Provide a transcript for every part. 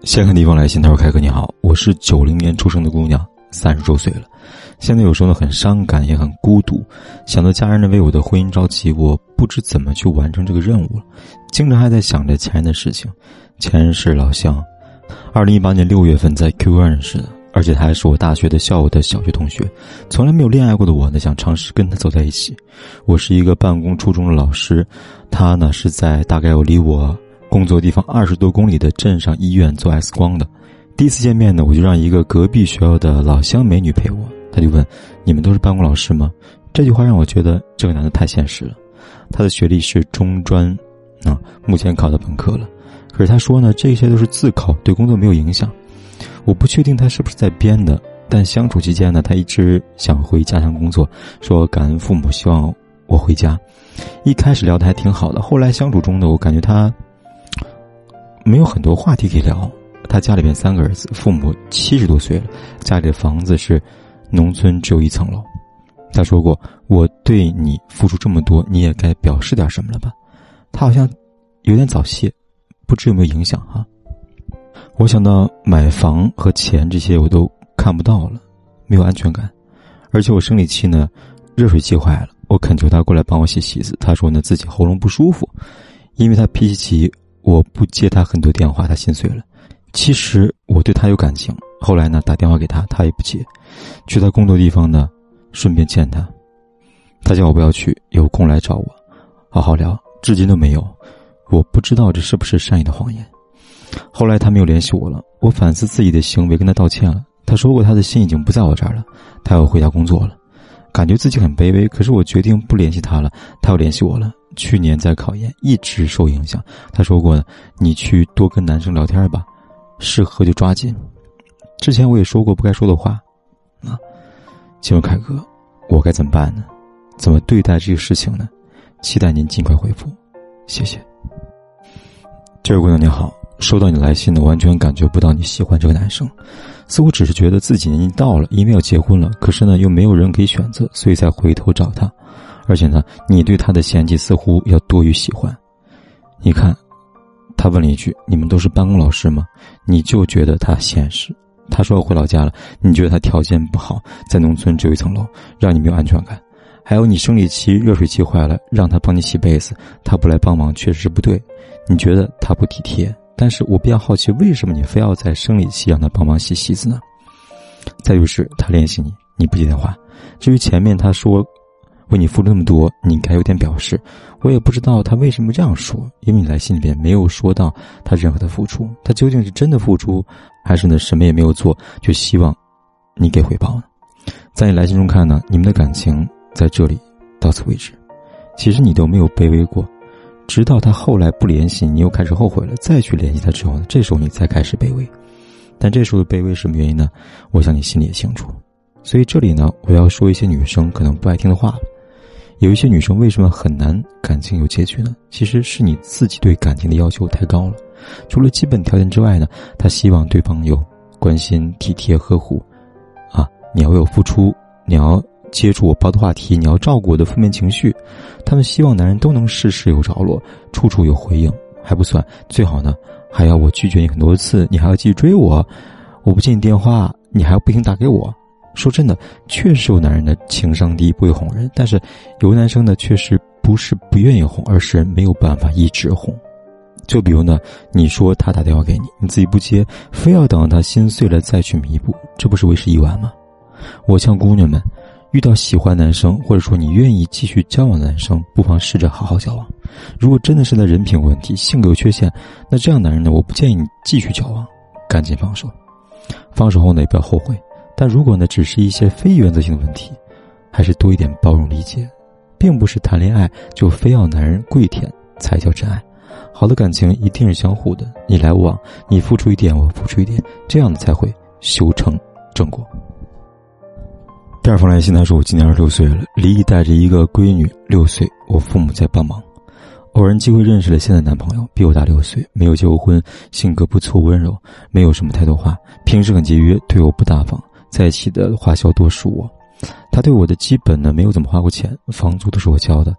先看地方来信，他说：凯哥你好，我是90年出生的姑娘，30周岁了，现在有时候呢很伤感也很孤独，想到家人呢为我的婚姻着急，我不知怎么去完成这个任务了，经常还在想着前任的事情。前任是老乡，2018年6月份在 QQ 认识的，而且他还是我大学的校友的小学同学。从来没有恋爱过的我呢，想尝试跟他走在一起。我是一个办公初中的老师，他呢是在大概有离我工作地方20多公里的镇上医院做 X 光的。第一次见面呢，我就让一个隔壁学校的老乡美女陪我，他就问：你们都是办公老师吗？这句话让我觉得这个男的太现实了。他的学历是中专目前考到本科了，可是他说呢，这些都是自考，对工作没有影响。我不确定他是不是在编的，但相处期间呢，他一直想回家乡工作，说感恩父母，希望我回家。一开始聊得还挺好的，后来相处中呢，我感觉他没有很多话题可以聊。他家里边3个儿子，父母70多岁了，家里的房子是农村，只有1层楼。他说过，我对你付出这么多，你也该表示点什么了吧。他好像有点早泄，不知有没有影响啊。我想到买房和钱这些我都看不到了，没有安全感。而且我生理期呢，热水器坏了，我恳求他过来帮我洗席子，他说呢自己喉咙不舒服。因为他脾气急，我不接他很多电话，他心碎了。其实我对他有感情，后来呢打电话给他，他也不接。去他工作地方呢，顺便见他，他叫我不要去，有空来找我好好聊，至今都没有。我不知道这是不是善意的谎言。后来他没有联系我了，我反思自己的行为，跟他道歉了。他说过他的心已经不在我这儿了，他要回家工作了，感觉自己很卑微。可是我决定不联系他了，他要联系我了。去年在考研一直受影响，他说过呢，你去多跟男生聊天吧，适合就抓紧。之前我也说过不该说的话请问凯哥，我该怎么办呢？怎么对待这个事情呢？期待您尽快回复，谢谢。这位姑娘你好，收到你来信呢，完全感觉不到你喜欢这个男生，似乎只是觉得自己年纪到了，因为要结婚了，可是呢又没有人可以选择，所以才回头找他。而且呢，你对他的嫌弃似乎要多于喜欢。你看，他问了一句：你们都是办公老师吗？你就觉得他现实。他说要回老家了，你觉得他条件不好，在农村只有1层楼，让你没有安全感。还有你生理期热水器坏了，让他帮你洗被子，他不来帮忙确实是不对，你觉得他不体贴。但是我比较好奇，为什么你非要在生理期让他帮忙洗席子呢？再就是他联系你，你不接电话。至于前面他说为你付出那么多，你应该有点表示。我也不知道他为什么这样说，因为你来信里边没有说到他任何的付出，他究竟是真的付出，还是呢什么也没有做，就希望你给回报呢？在你来信中看呢，你们的感情在这里到此为止。其实你都没有卑微过，直到他后来不联系你，又开始后悔了，再去联系他之后呢，这时候你才开始卑微。但这时候的卑微是什么原因呢？我想你心里也清楚。所以这里呢，我要说一些女生可能不爱听的话了。有一些女生为什么很难感情有结局呢？其实是你自己对感情的要求太高了。除了基本条件之外呢，她希望对方有关心、体贴、呵护你要有付出，你要接触我报的话题，你要照顾我的负面情绪。他们希望男人都能事事有着落，处处有回应，还不算，最好呢还要我拒绝你很多次，你还要继续追我，我不接你电话，你还要不停打给我。说真的，确实有男人的情商低，不会哄人，但是有男生呢，确实不是不愿意哄，而是没有办法一直哄。就比如呢，你说他打电话给你，你自己不接，非要等到他心碎了再去弥补，这不是为时已晚吗？我劝姑娘们，遇到喜欢男生，或者说你愿意继续交往的男生，不妨试着好好交往。如果真的是他人品有问题，性格有缺陷，那这样男人呢，我不建议你继续交往，赶紧放手。放手后呢，也不要后悔。但如果呢，只是一些非原则性的问题，还是多一点包容理解，并不是谈恋爱就非要男人跪舔才叫真爱。好的感情一定是相互的，你来我往，你付出一点，我付出一点，这样的才会修成正果。第二封来信，他说我今年26岁了，离异带着一个闺女6岁，我父母在帮忙。偶然机会认识了现在男朋友，比我大6岁，没有结过婚，性格不错温柔，没有什么太多话，平时很节约，对我不大方，在一起的花销多数我。他对我的基本呢没有怎么花过钱，房租都是我交的。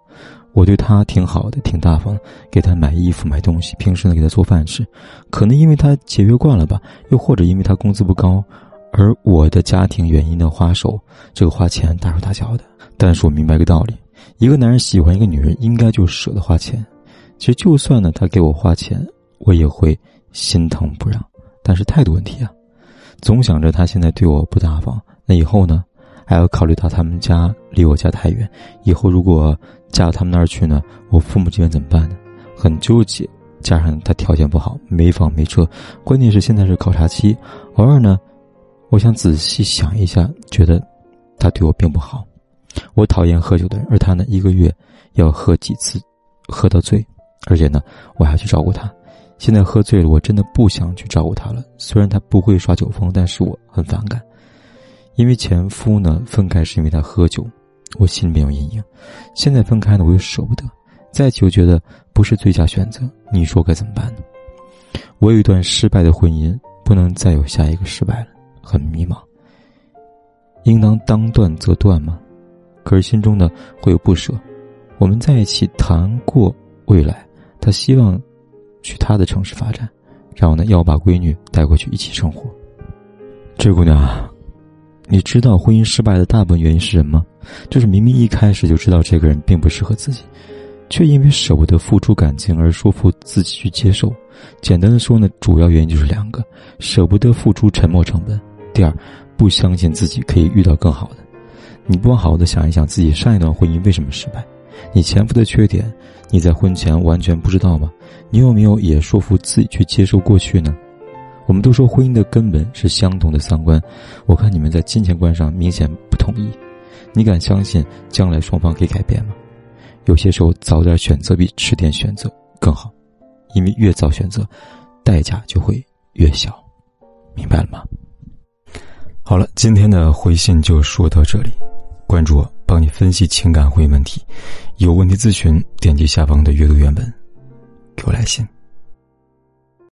我对他挺好的，挺大方的，给他买衣服买东西，平时呢给他做饭吃。可能因为他节约惯了吧，又或者因为他工资不高，而我的家庭原因的花钱大手大脚的。但是我明白个道理，一个男人喜欢一个女人，应该就舍得花钱。其实就算呢他给我花钱，我也会心疼不让。但是态度问题啊，总想着他现在对我不大方，那以后呢还要考虑到他们家离我家太远，以后如果嫁到他们那儿去呢，我父母这边怎么办呢？很纠结。加上他条件不好，没房没车，关键是现在是考察期。偶尔呢我想仔细想一下，觉得他对我并不好。我讨厌喝酒的人，而他呢一个月要喝几次，喝到醉，而且呢我还要去照顾他。现在喝醉了，我真的不想去照顾他了。虽然他不会耍酒疯，但是我很反感。因为前夫呢分开是因为他喝酒，我心里面有阴影。现在分开呢我又舍不得，在一起我觉得不是最佳选择，你说该怎么办呢？我有一段失败的婚姻，不能再有下一个失败了，很迷茫。应当当断则断吗？可是心中呢会有不舍。我们在一起谈过未来，他希望去他的城市发展，然后呢要把闺女带过去一起生活。这姑娘啊，你知道婚姻失败的大部分原因是什么？就是明明一开始就知道这个人并不适合自己，却因为舍不得付出感情而说服自己去接受。简单的说呢，主要原因就是2个：舍不得付出沉没成本，第二，不相信自己可以遇到更好的。你不好好的想一想自己上一段婚姻为什么失败，你前夫的缺点你在婚前完全不知道吗？你有没有也说服自己去接受过去呢？我们都说婚姻的根本是相同的三观，我看你们在金钱观上明显不统一。你敢相信将来双方可以改变吗？有些时候早点选择比迟点选择更好，因为越早选择代价就会越小，明白了吗？好了，今天的回信就说到这里，关注我，帮你分析情感婚姻问题。有问题咨询，点击下方的阅读原文给我来信。